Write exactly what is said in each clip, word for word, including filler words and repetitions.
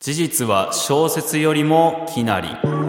事実は小説よりもきなり。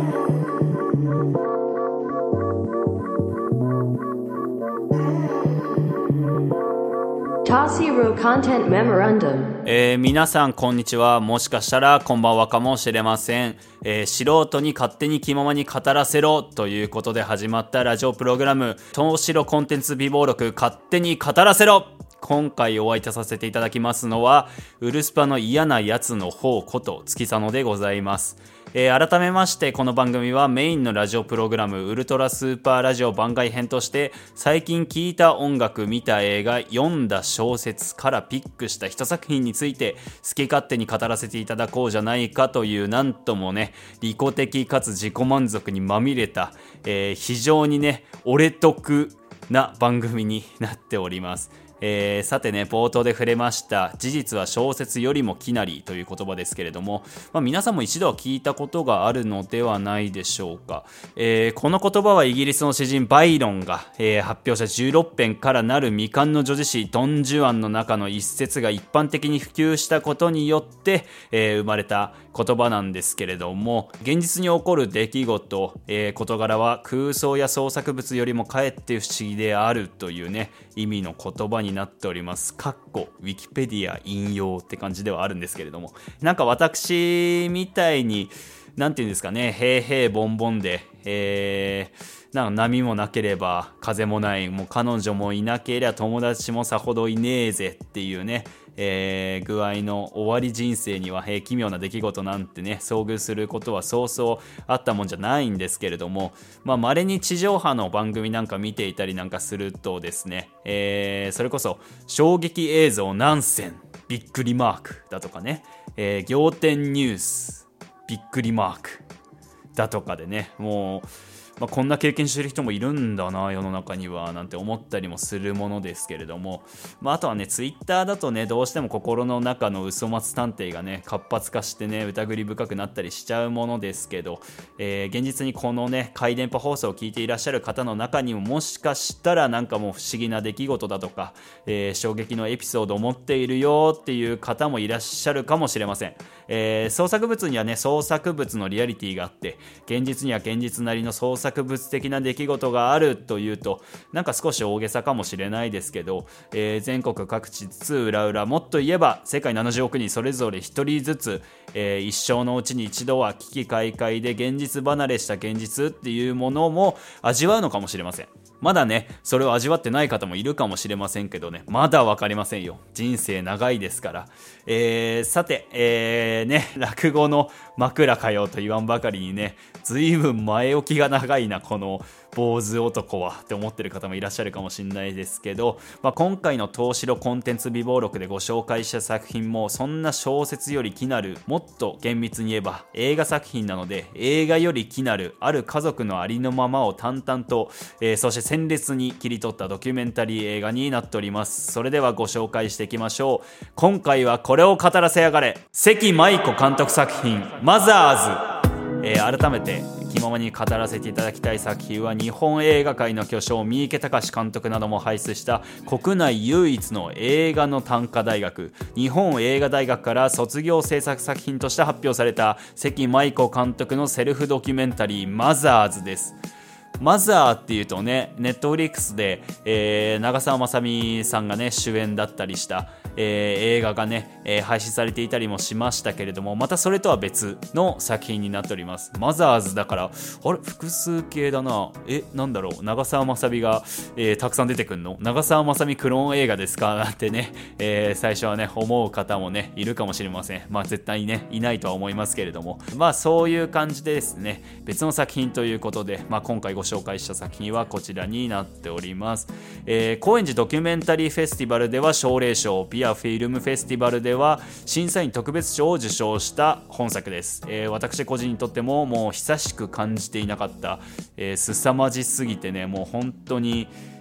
えー、皆さんこんにちは。もしかしたらこんばんはかもしれません。えー、素人に勝手に気ままに語らせろということで始まったラジオプログラム、東城コンテンツ美貌録勝手に語らせろ。今回お相手させていただきますのはウルスパの嫌なやつの方こと月佐野でございます。えー、改めましてこの番組はメインのラジオプログラムウルトラスーパーラジオ番外編として最近聴いた音楽、見た映画、読んだ小説からピックした一作品について好き勝手に語らせていただこうじゃないかというなんともね利己的かつ自己満足にまみれた、えー、非常にね俺得な番組になっております。えー、さてね冒頭で触れました事実は小説よりもきなりという言葉ですけれども、まあ、皆さんも一度は聞いたことがあるのではないでしょうか。えー、この言葉はイギリスの詩人バイロンが、えー、発表したじゅうろっぺんからなる未完の女児詩ドン・ジュアンの中の一節が一般的に普及したことによって、えー、生まれた言葉なんですけれども、現実に起こる出来事、えー、事柄は空想や創作物よりもかえって不思議であるというね意味の言葉になっております。かっこウィキペディア引用って感じではあるんですけれども、なんか私みたいになんていうんですかね、平平ボンボンで、えー、なんか波もなければ風もない、もう彼女もいなければ友達もさほどいねえぜっていうね、えー、具合の終わり人生には、えー、奇妙な出来事なんてね遭遇することはそうそうあったもんじゃないんですけれども、まあ稀に地上波の番組なんか見ていたりなんかするとですね、えー、それこそ衝撃映像何選びっくりマークだとかね、えー、仰天ニュースびっくりマークだとかでね、もうまあ、こんな経験してる人もいるんだな世の中にはなんて思ったりもするものですけれども、まあ、あとはねツイッターだとねどうしても心の中の嘘松探偵がね活発化してね疑り深くなったりしちゃうものですけど、えー、現実にこのね回電波放送を聞いていらっしゃる方の中にももしかしたらなんかもう不思議な出来事だとか、えー、衝撃のエピソードを持っているよっていう方もいらっしゃるかもしれません。えー、創作物にはね創作物のリアリティがあって現実には現実なりの創作物的な出来事があるというとなんか少し大げさかもしれないですけど、えー、全国各地津々浦々もっと言えば世界ななじゅうおくにんそれぞれひとりずつ、えー、一生のうちに一度は危機開会で現実離れした現実っていうものも味わうのかもしれません。まだねそれを味わってない方もいるかもしれませんけどね、まだ分かりませんよ。人生長いですから。えー、さて、えー、ね落語の枕かよと言わんばかりにねずいぶん前置きが長いなこの坊主男はって思ってる方もいらっしゃるかもしれないですけど、まあ、今回の東城コンテンツ美貌録でご紹介した作品もそんな小説より気なる、もっと厳密に言えば映画作品なので映画より気なるある家族のありのままを淡々と、えー、そして鮮烈に切り取ったドキュメンタリー映画になっております。それではご紹介していきましょう。今回はこれを語らせやがれ関舞子監督作品マザーズ、えー、改めて気ままに語らせていただきたい作品は日本映画界の巨匠三池崇史監督なども輩出した国内唯一の映画の短科大学日本映画大学から卒業制作作品として発表された関舞子監督のセルフドキュメンタリーマザーズです。マザーっていうとねネットフリックスで、えー、長澤まさみさんがね主演だったりした、えー、映画がね、えー、配信されていたりもしましたけれども、またそれとは別の作品になっております。マザーズだからあれ複数形だな、えなんだろう長澤まさみが、えー、たくさん出てくんの長澤まさみクローン映画ですかなんてね、えー、最初はね思う方もねいるかもしれません。まあ絶対にねいないとは思いますけれども、まあそういう感じでですね別の作品ということで、まあ、今回ご紹介した作品はこちらになっております。えー、高円寺ドキュメンタリーフェスティバルでは奨励賞、ビアフィルムフェスティバルでは審査員特別賞を受賞した本作です。えー、私個人にとってももう久しく感じていなかった、えー、凄まじすぎてねもう本当に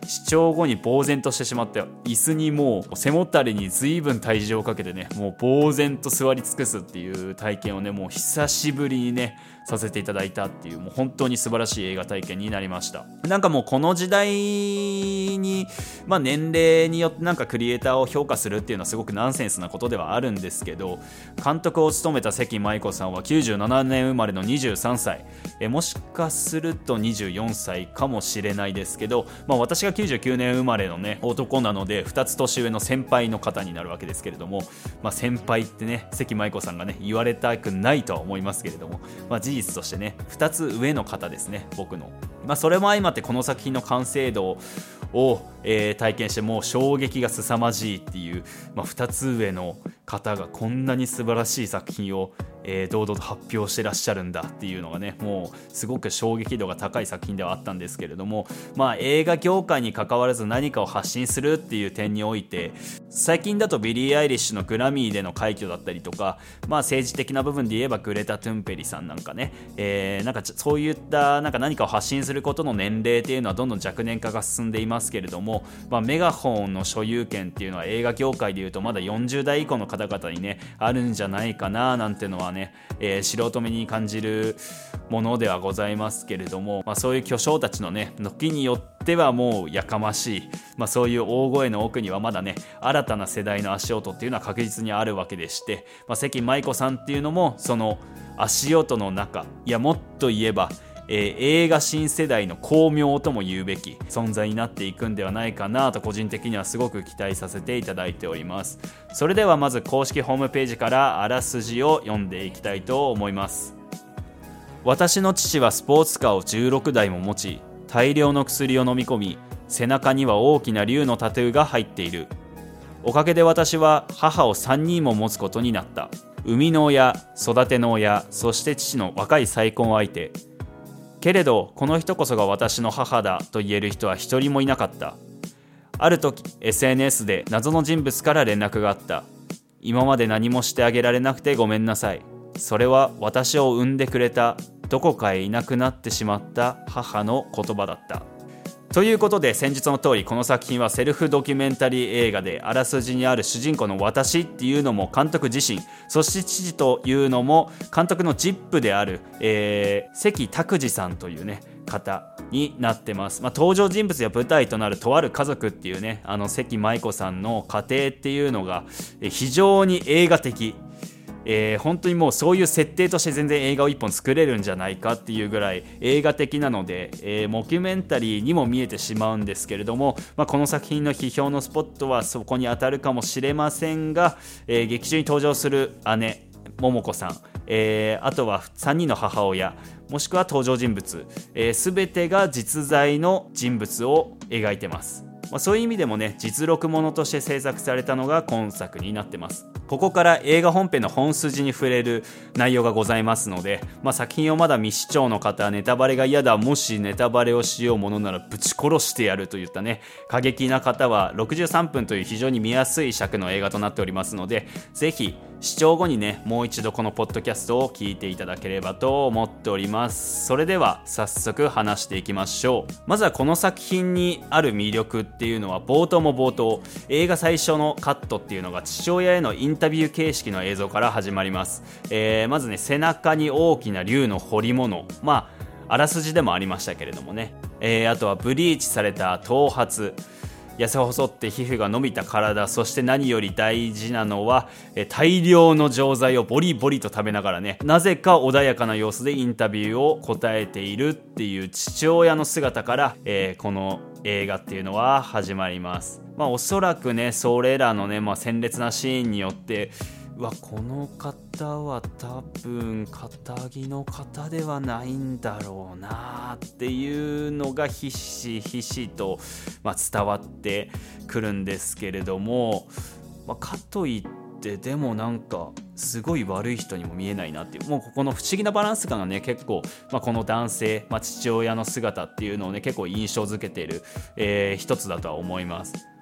視聴後に呆然としてしまったよ。椅子にもう背もたれに随分体重をかけてね、もう呆然と座り尽くすっていう体験をね、もう久しぶりにねさせていただいたっていう、もう本当に素晴らしい映画体験になりました。なんかもうこの時代に、まあ、年齢によってなんかクリエイターを評価するっていうのはすごくナンセンスなことではあるんですけど、監督を務めた関舞子さんはきゅうじゅうななねん生まれのにじゅうさんさい、えもしかするとにじゅうよんさいかもしれないですけど、まあ、私がきゅうじゅうきゅうねん生まれのね男なのでふたつ年上の先輩の方になるわけですけれども、まあ、先輩ってね関舞子さんがね言われたくないとは思いますけれども、まあ、事実としてねふたつ上の方ですね、僕の。まあ、それも相まってこの作品の完成度を、えー、体験してもう衝撃が凄まじいっていう、まあ、ふたつ上の方がこんなに素晴らしい作品を、えー、堂々と発表してらっしゃるんだっていうのがね、もうすごく衝撃度が高い作品ではあったんですけれども、まあ、映画業界に関わらず何かを発信するっていう点において、最近だとビリー・アイリッシュのグラミーでの快挙だったりとか、まあ、政治的な部分で言えばグレタ・トゥンペリさんなんかね、えー、なんかそういったなんか何かを発信することの年齢っていうのはどんどん若年化が進んでいますけれども、まあ、メガホンの所有権っていうのは映画業界でいうとまだよんじゅうだい以降の方々にねあるんじゃないかななんてのはね、えー、素人目に感じるものではございますけれども、まあ、そういう巨匠たちのね時によってはもうやかましい、まあ、そういう大声の奥にはまだね新たな世代の足音っていうのは確実にあるわけでして、まあ、関舞子さんっていうのもその足音の中、いやもっと言えばえー、映画新世代の光明とも言うべき存在になっていくんではないかなと個人的にはすごく期待させていただいております。それではまず公式ホームページからあらすじを読んでいきたいと思います。私の父はスポーツカーをじゅうろくだいも持ち、大量の薬を飲み込み、背中には大きな竜のタトゥーが入っている。おかげで私は母をさんにんも持つことになった。生みの親、育ての親、そして父の若い再婚相手。けれどこの人こそが私の母だと言える人は一人もいなかった。ある時 エスエヌエス で謎の人物から連絡があった。今まで何もしてあげられなくてごめんなさい。それは私を産んでくれたどこかへいなくなってしまった母の言葉だった。ということで先日の通りこの作品はセルフドキュメンタリー映画で、あらすじにある主人公の私っていうのも監督自身、そして父というのも監督のジップである、えー、関拓司さんというね方になってます。まあ、登場人物や舞台となるとある家族っていうね、あの関舞子さんの家庭っていうのが非常に映画的、えー、本当にもうそういう設定として全然映画を一本作れるんじゃないかっていうぐらい映画的なので、えー、モキュメンタリーにも見えてしまうんですけれども、まあ、この作品の批評のスポットはそこに当たるかもしれませんが、えー、劇中に登場する姉桃子さん、えー、あとはさんにんの母親、もしくは登場人物、えー、全てが実在の人物を描いてます。まあ、そういう意味でもね実録ものとして制作されたのが今作になってます。ここから映画本編の本筋に触れる内容がございますので、まあ、作品をまだ未視聴の方はネタバレが嫌だ、もしネタバレをしようものならぶち殺してやるといったね過激な方はろくじゅうさんぷんという非常に見やすい尺の映画となっておりますので、ぜひ視聴後にねもう一度このポッドキャストを聞いていただければと思っております。それでは早速話していきましょう。まずはこの作品にある魅力っていうのは、冒頭も冒頭映画最初のカットっていうのが父親へのインタビュー形式の映像から始まります。えー、まずね背中に大きな竜の彫り物、まああらすじでもありましたけれどもね、えー、あとはブリーチされた頭髪、痩せ細って皮膚が伸びた体、そして何より大事なのはえ大量の錠剤をボリボリと食べながらね、なぜか穏やかな様子でインタビューを答えているっていう父親の姿から、えー、この映画っていうのは始まります。まあおそらくねそれらのね、まあ、鮮烈なシーンによってうわこの方は多分片木の方ではないんだろうなっていうのがひしひしと、まあ、伝わってくるんですけれども、まあ、かといってでもなんかすごい悪い人にも見えないなっていう、もうここの不思議なバランス感がね結構、まあ、この男性、まあ、父親の姿っていうのをね結構印象づけている、えー、一つだとは思います。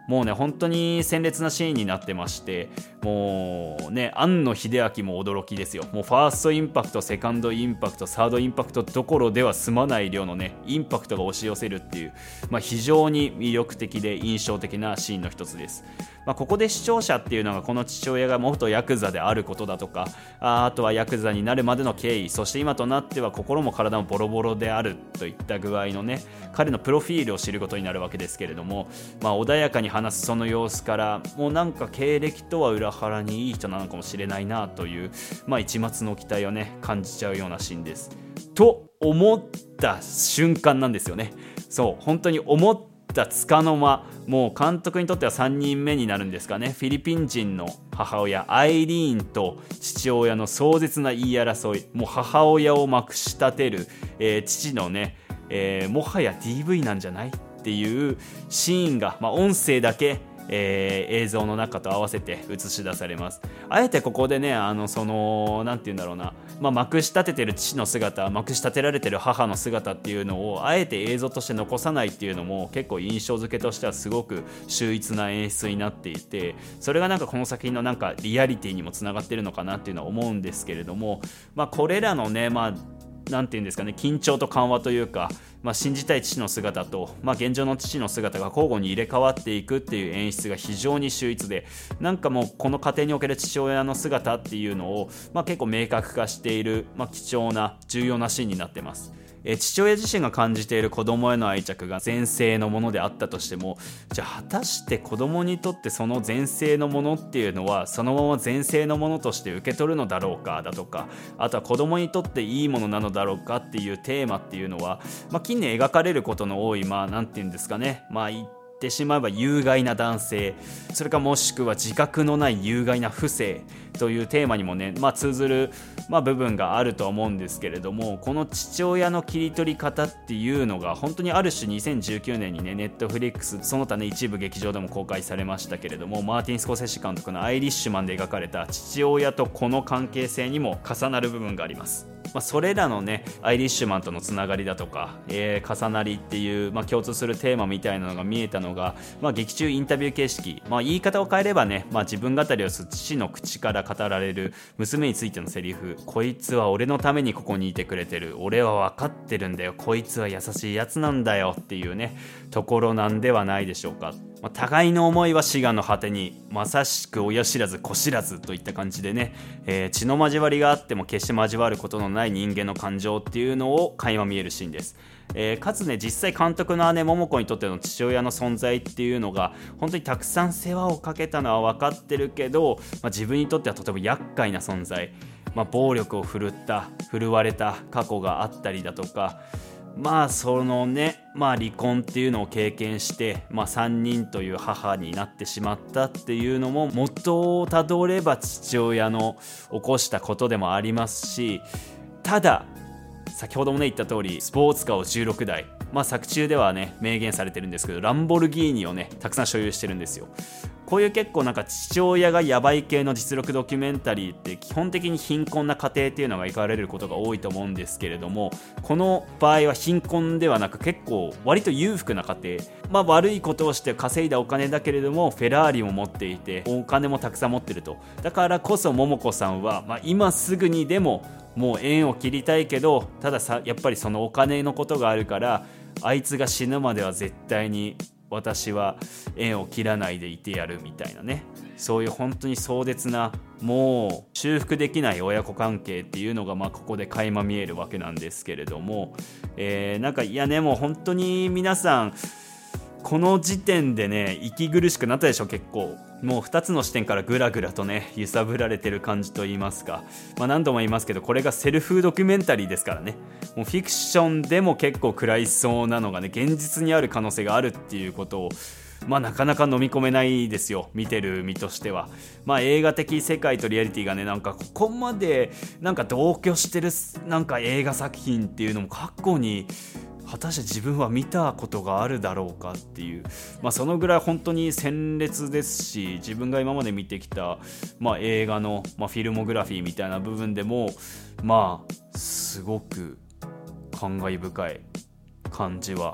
もうね本当に鮮烈なシーンになってまして、もうね庵野秀明も驚きですよ。もうファーストインパクト、セカンドインパクト、サードインパクトどころでは済まない量のねインパクトが押し寄せるっていう、まあ、非常に魅力的で印象的なシーンの一つです。まあ、ここで視聴者っていうのがこの父親が元ヤクザであることだとか、あ, あとはヤクザになるまでの経緯、そして今となっては心も体もボロボロであるといった具合のね彼のプロフィールを知ることになるわけですけれども、まあ、穏やかに話すその様子からもうなんか経歴とは裏腹にいい人なのかもしれないなという、まあ、一抹の期待をね感じちゃうようなシーンですと思った瞬間なんですよね。そう本当に思った束の間、もう監督にとってはさんにんめになるんですかね。フィリピン人の母親アイリーンと父親の壮絶な言い争い、もう母親をまくし立てる、えー、父のね、えー、もはや ディーブイ なんじゃないっていうシーンが、まあ、音声だけえー、映像の中と合わせて映し出されます。あえてここでねあのそのなんて言うんだろうな、まあ、まくし立ててる父の姿、まくし立てられてる母の姿っていうのをあえて映像として残さないっていうのも結構印象付けとしてはすごく秀逸な演出になっていて、それがなんかこの作品のなんかリアリティにもつながってるのかなっていうのは思うんですけれども、まあ、これらのねまあなんていうんですかね、緊張と緩和というか、まあ、信じたい父の姿と、まあ、現状の父の姿が交互に入れ替わっていくっていう演出が非常に秀逸で、なんかもうこの家庭における父親の姿っていうのを、まあ、結構明確化している、まあ、貴重な重要なシーンになってます。え父親自身が感じている子供への愛着が前世のものであったとしても、じゃあ果たして子供にとってその前世のものっていうのはそのまま前世のものとして受け取るのだろうかだとか、あとは子供にとっていいものなのだろうかっていうテーマっていうのは、まあ、近年描かれることの多い、まあなんていうんですかね、まあ言ってしまえば有害な男性、それかもしくは自覚のない有害な不正というテーマにもね、まあ、通ずる、まあ、部分があると思うんですけれども、この父親の切り取り方っていうのが本当にある種にせんじゅうきゅうねんにねネットフリックスその他ね一部劇場でも公開されましたけれども、マーティン・スコセッシ監督のアイリッシュマンで描かれた父親と子の関係性にも重なる部分があります。まあ、それらのねアイリッシュマンとのつながりだとか、えー、重なりっていう、まあ、共通するテーマみたいなのが見えたのが、まあ、劇中インタビュー形式、まあ、言い方を変えればね、まあ、自分語りをする父の口から語られる娘についてのセリフ、こいつは俺のためにここにいてくれてる、俺は分かってるんだよ、こいつは優しいやつなんだよっていうねところなんではないでしょうか。まあ、互いの思いは死がの果てに、まさしく親知らず子知らずといった感じでね、えー、血の交わりがあっても決して交わることのない人間の感情っていうのを垣間見えるシーンです。えー、かつね実際監督の姉桃子にとっての父親の存在っていうのが本当にたくさん世話をかけたのは分かってるけど、まあ、自分にとってはとても厄介な存在、まあ、暴力を振るった振るわれた過去があったりだとか、まあそのね、まあ離婚っていうのを経験して、まあさんにんという母になってしまったっていうのも元をたどれば父親の起こしたことでもありますし、ただ先ほどもね言った通りスポーツカーをじゅうろくだい、まあ作中ではね明言されてるんですけどランボルギーニをねたくさん所有してるんですよ。こういう結構なんか父親がヤバい系の実録ドキュメンタリーって基本的に貧困な家庭っていうのが描かれることが多いと思うんですけれども、この場合は貧困ではなく結構割と裕福な家庭、まあ悪いことをして稼いだお金だけれどもフェラーリも持っていてお金もたくさん持ってると、だからこそ桃子さんは、まあ、今すぐにでももう縁を切りたいけど、たださやっぱりそのお金のことがあるからあいつが死ぬまでは絶対に私は縁を切らないでいてやるみたいなね、そういう本当に壮絶なもう修復できない親子関係っていうのがまあここで垣間見えるわけなんですけれども、えー、なんかいやねもう本当に皆さんこの時点でね息苦しくなったでしょ。結構もうふたつの視点からぐらぐらとね揺さぶられてる感じと言いますか、まあ、何度も言いますけどこれがセルフドキュメンタリーですからね、もうフィクションでも結構食らいそうなのがね現実にある可能性があるっていうことをまあなかなか飲み込めないですよ、見てる身としては。まあ映画的世界とリアリティがねなんかここまでなんか同居してるなんか映画作品っていうのも過去に果たして自分は見たことがあるだろうかっていう、まあ、そのぐらい本当に鮮烈ですし、自分が今まで見てきた、まあ、映画の、まあ、フィルモグラフィーみたいな部分でもまあすごく感慨深い感じは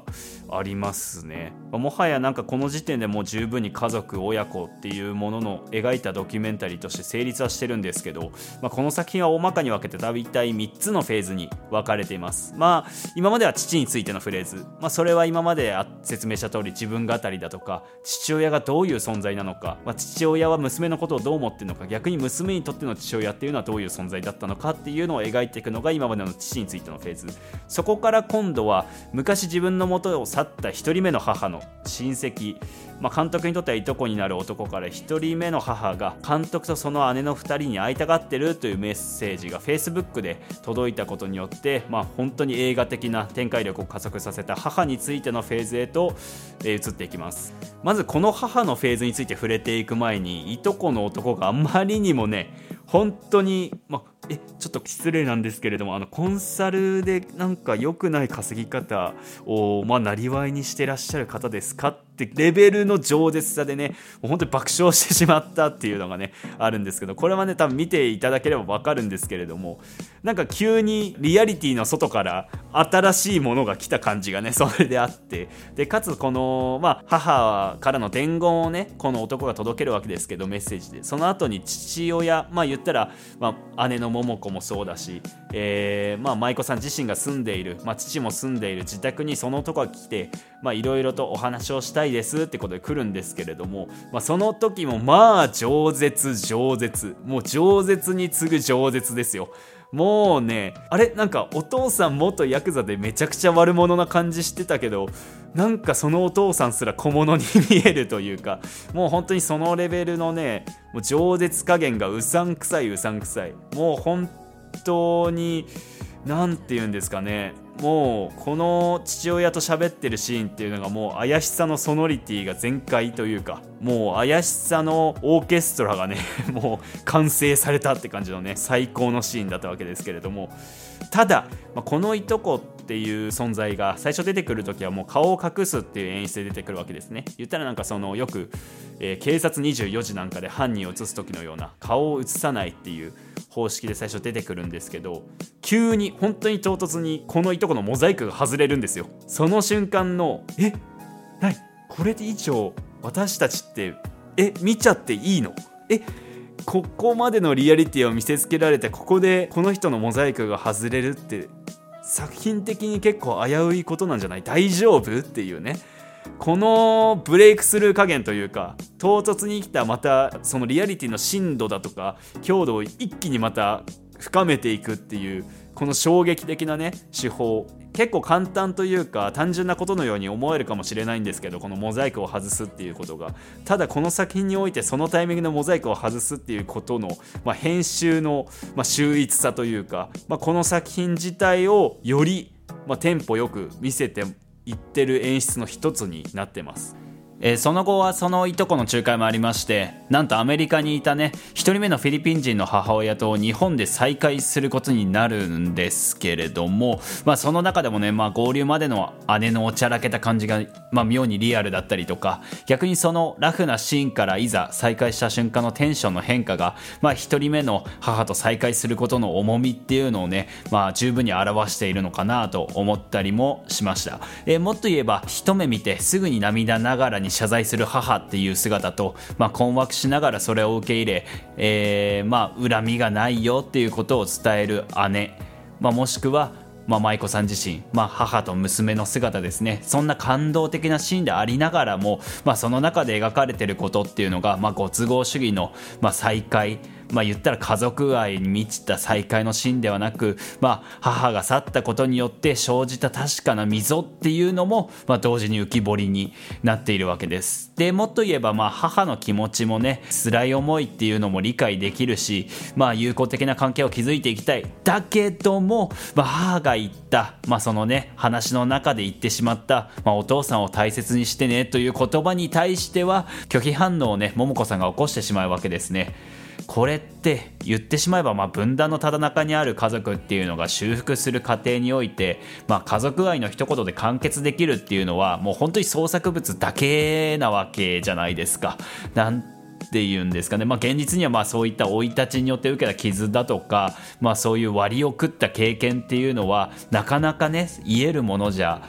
ありますね。もはやなんかこの時点でもう十分に家族親子っていうものの描いたドキュメンタリーとして成立はしてるんですけど、まあ、この作品は大まかに分けて大体みっつのフェーズに分かれています。まあ今までは父についてのフレーズ、まあ、それは今まで説明した通り自分語りだとか父親がどういう存在なのか、まあ、父親は娘のことをどう思ってるのか、逆に娘にとっての父親っていうのはどういう存在だったのかっていうのを描いていくのが今までの父についてのフェーズ。そこから今度は昔自分の元を去ったひとりめの母の親戚、まあ、監督にとってはいとこになる男からひとりめの母が監督とその姉のふたりに会いたがってるというメッセージが Facebook で届いたことによって、まあ、本当に映画的な展開力を加速させた母についてのフェーズへと、えー、移っていきます。まずこの母のフェーズについて触れていく前に、いとこの男があまりにもね本当に、まあ、えちょっと失礼なんですけれども、あのコンサルでなんか良くない稼ぎ方をまあなりわいにしてらっしゃる方ですかってレベルの饒舌さでね、もう本当に爆笑してしまったっていうのがねあるんですけど、これはね多分見ていただければ分かるんですけれども、なんか急にリアリティの外から新しいものが来た感じがねそれであって、でかつこの、まあ、母からの伝言をねこの男が届けるわけですけど、メッセージでその後に父親、まあ言ったら、まあ、姉の桃子もそうだし、えーまあ、舞妓さん自身が住んでいる、まあ、父も住んでいる自宅にその男が来ていろいろとお話をしたいですってことで来るんですけれども、まあ、その時もまあ饒舌饒舌もう饒舌に次ぐ饒舌ですよ。もうねあれなんかお父さん元ヤクザでめちゃくちゃ悪者な感じしてたけど、なんかそのお父さんすら小物に見えるというか、もう本当にそのレベルのねもう饒舌加減がうさんくさいうさんくさい、もう本当になんて言うんですかね、もうこの父親と喋ってるシーンっていうのがもう怪しさのソノリティが全開というか、もう怪しさのオーケストラがねもう完成されたって感じのね最高のシーンだったわけですけれども、ただ、まあ、このいとこっていう存在が最初出てくるときはもう顔を隠すっていう演出で出てくるわけですね。言ったらなんかそのよく、えー、警察にじゅうよじなんかで犯人を映す時のような顔を映さないっていう方式で最初出てくるんですけど、急に本当に唐突にこのいとこのモザイクが外れるんですよ。その瞬間のえなにこれで以上私たちってえ見ちゃっていいのえここまでのリアリティを見せつけられて、ここでこの人のモザイクが外れるって作品的に結構危ういことなんじゃない、大丈夫っていうね、このブレイクスルー加減というか、唐突に来たまたそのリアリティの深度だとか強度を一気にまた深めていくっていうこの衝撃的なね手法、結構簡単というか単純なことのように思えるかもしれないんですけど、このモザイクを外すっていうことが、ただこの作品においてそのタイミングのモザイクを外すっていうことの、まあ、編集の、まあ、秀逸さというか、まあ、この作品自体をより、まあ、テンポよく見せていってる演出の一つになってます。えー、その後はそのいとこの仲介もありまして、なんとアメリカにいたねひとりめのフィリピン人の母親と日本で再会することになるんですけれども、まあ、その中でもね、まあ、合流までの姉のおちゃらけた感じが、まあ、妙にリアルだったりとか、逆にそのラフなシーンからいざ再会した瞬間のテンションの変化が、まあ、ひとりめの母と再会することの重みっていうのをね、まあ、十分に表しているのかなと思ったりもしました。えー、もっと言えば一目見てすぐに涙ながらに謝罪する母っていう姿と、まあ、困惑しながらそれを受け入れ、えー、まあ恨みがないよっていうことを伝える姉、まあ、もしくはまあ、舞妓さん自身、まあ、母と娘の姿ですね。そんな感動的なシーンでありながらも、まあ、その中で描かれていることっていうのが、まあ、ご都合主義の、まあ、再会、まあ、言ったら家族愛に満ちた再会のシーンではなく、まあ、母が去ったことによって生じた確かな溝っていうのも、まあ、同時に浮き彫りになっているわけです。でもっと言えば、まあ、母の気持ちもね辛い思いっていうのも理解できるし、まあ、友好的な関係を築いていきたい。だけども、まあ、母が言った、まあ、そのね話の中で言ってしまった、まあ、お父さんを大切にしてねという言葉に対しては拒否反応をね桃子さんが起こしてしまうわけですね。これって言ってしまえば、まあ分断のただ中にある家族っていうのが修復する過程において、まあ、家族愛の一言で完結できるっていうのはもう本当に創作物だけなわけじゃないですか。なんていうんですかね、まあ、現実にはまあそういった生い立ちによって受けた傷だとか、まあ、そういう割を食った経験っていうのはなかなかね言えるものじゃ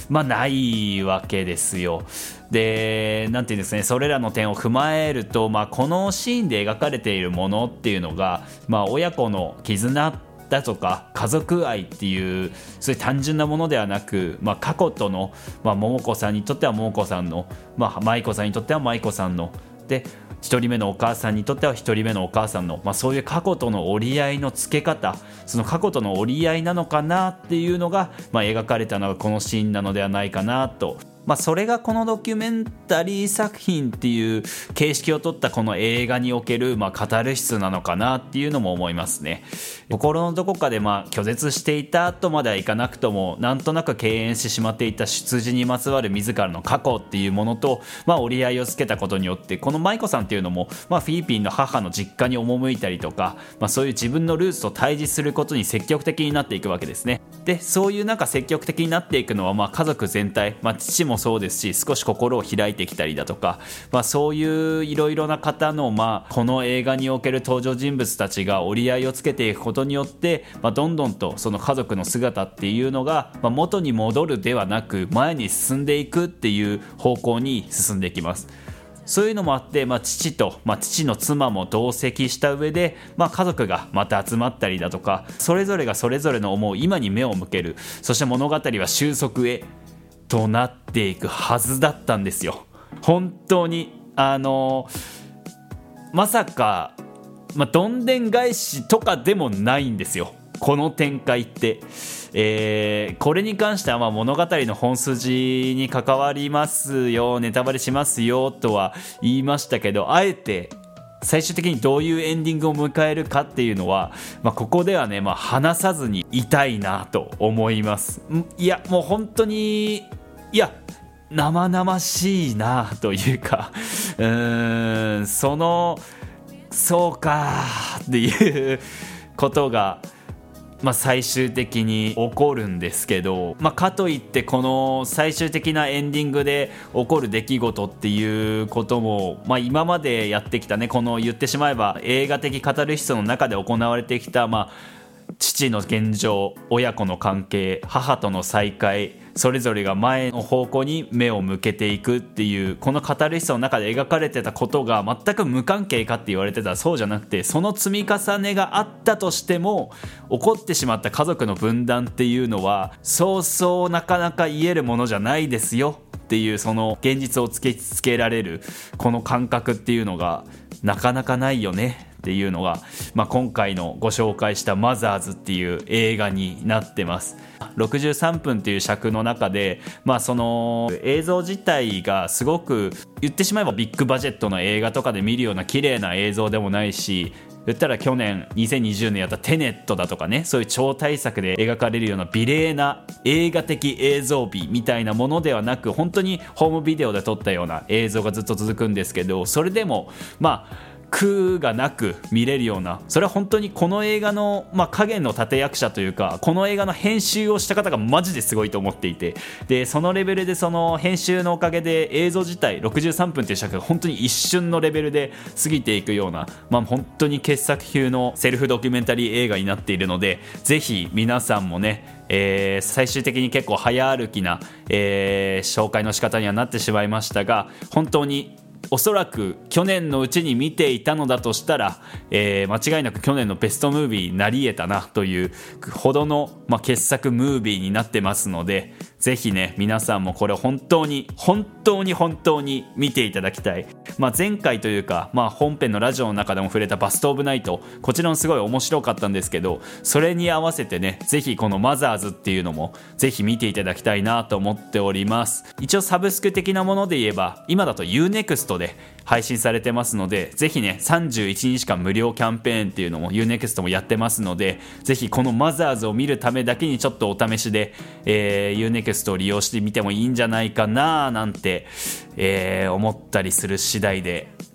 まあないわけですよ。で、なんていうんですかね、それらの点を踏まえると、まあ、このシーンで描かれているものっていうのが、まあ、親子の絆だとか家族愛っていうそういう単純なものではなく、まあ、過去との、まあ、桃子さんにとっては桃子さんの、まあ、舞子さんにとっては舞子さんのでひとりめのお母さんにとってはひとりめのお母さんの、まあ、そういう過去との折り合いのつけ方、その過去との折り合いなのかなっていうのが、まあ、描かれたのがこのシーンなのではないかなと。まあ、それがこのドキュメンタリー作品っていう形式を取ったこの映画における、まあ、カタルシスなのかなっていうのも思いますね。心のどこかでまあ拒絶していたとまではいかなくとも、なんとなく敬遠してしまっていた出自にまつわる自らの過去っていうものと、まあ、折り合いをつけたことによって、この舞子さんっていうのも、まあ、フィリピンの母の実家に赴いたりとか、まあ、そういう自分のルーツと対峙することに積極的になっていくわけですね。でそういうなんか積極的になっていくのは、まあ、家族全体、まあ、父もそうですし、少し心を開いてきたりだとか、まあ、そういういろいろな方の、まあ、この映画における登場人物たちが折り合いをつけていくことによって、まあ、どんどんとその家族の姿っていうのが、まあ、元に戻るではなく前に進んでいくっていう方向に進んでいきます。そういうのもあって、まあ、父と、まあ、父の妻も同席した上で、まあ、家族がまた集まったりだとか、それぞれがそれぞれの思う今に目を向ける、そして物語は収束へとなっていくはずだったんですよ。本当にあのまさか、まあ、どんでん返しとかでもないんですよ、この展開って。えー、これに関してはまあ物語の本筋に関わりますよ、ネタバレしますよとは言いましたけど、あえて最終的にどういうエンディングを迎えるかっていうのは、まあ、ここではね、まあ、話さずにいたいなと思います。いやもう本当に、いや生々しいなというか、うーんそのそうかっていうことが、まあ、最終的に起こるんですけど、まあ、かといってこの最終的なエンディングで起こる出来事っていうことも、まあ、今までやってきたね、この言ってしまえば映画的カタルシスの中で行われてきた、まあ父の現状、親子の関係、母との再会、それぞれが前の方向に目を向けていくっていう、このカタルシスの中で描かれてたことが全く無関係かって言われてたらそうじゃなくて、その積み重ねがあったとしても起こってしまった家族の分断っていうのはそうそうなかなか言えるものじゃないですよっていう、その現実を突きつけられるこの感覚っていうのがなかなかないよねっていうのが、まあ、今回のご紹介したマザーズっていう映画になってます。ろくじゅうさんぷんっていう尺の中で、まあ、その映像自体がすごく言ってしまえばビッグバジェットの映画とかで見るような綺麗な映像でもないし、言ったら去年にせんにじゅうねんやったテネットだとかね、そういう超大作で描かれるような美麗な映画的映像美みたいなものではなく、本当にホームビデオで撮ったような映像がずっと続くんですけど、それでもまあ苦がなく見れるような、それは本当にこの映画の、まあ、影の立役者というか、この映画の編集をした方がマジですごいと思っていて、でそのレベルでその編集のおかげで映像自体ろくじゅうさんぷんという尺が本当に一瞬のレベルで過ぎていくような、まあ、本当に傑作級のセルフドキュメンタリー映画になっているので、ぜひ皆さんもね、えー、最終的に結構早歩きな、えー、紹介の仕方にはなってしまいましたが、本当におそらく去年のうちに見ていたのだとしたら、えー、間違いなく去年のベストムービーになり得たなというほどの、まあ、傑作ムービーになってますので、ぜひね皆さんもこれ本当に本当に本当に見ていただきたい。まあ、前回というか、まあ、本編のラジオの中でも触れたバストオブナイト、こちらもすごい面白かったんですけど、それに合わせてねぜひこのマザーズっていうのもぜひ見ていただきたいなと思っております。一応サブスク的なもので言えば今だと ユーネクスト で配信されてますので、ぜひねさんじゅういちにちかん無料キャンペーンっていうのも ユーネクスト もやってますので、ぜひこのマザーズを見るためだけにちょっとお試しで、えー、ユーネクスト を利用してみてもいいんじゃないかななんて、えー、思ったりする次第で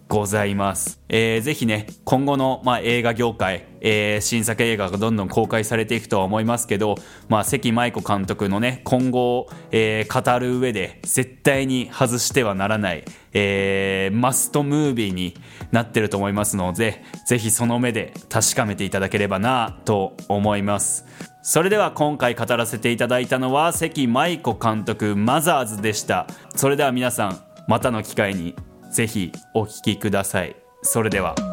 ございます。えー、ぜひね今後の、まあ、映画業界、えー、新作映画がどんどん公開されていくとは思いますけど、まあ、関舞子監督のね今後を、えー、語る上で絶対に外してはならない、えー、マストムービーになってると思いますので、ぜひその目で確かめていただければなと思います。それでは今回語らせていただいたのは関舞子監督マザーズでした。それでは皆さんまたの機会にぜひお聞きください。それでは。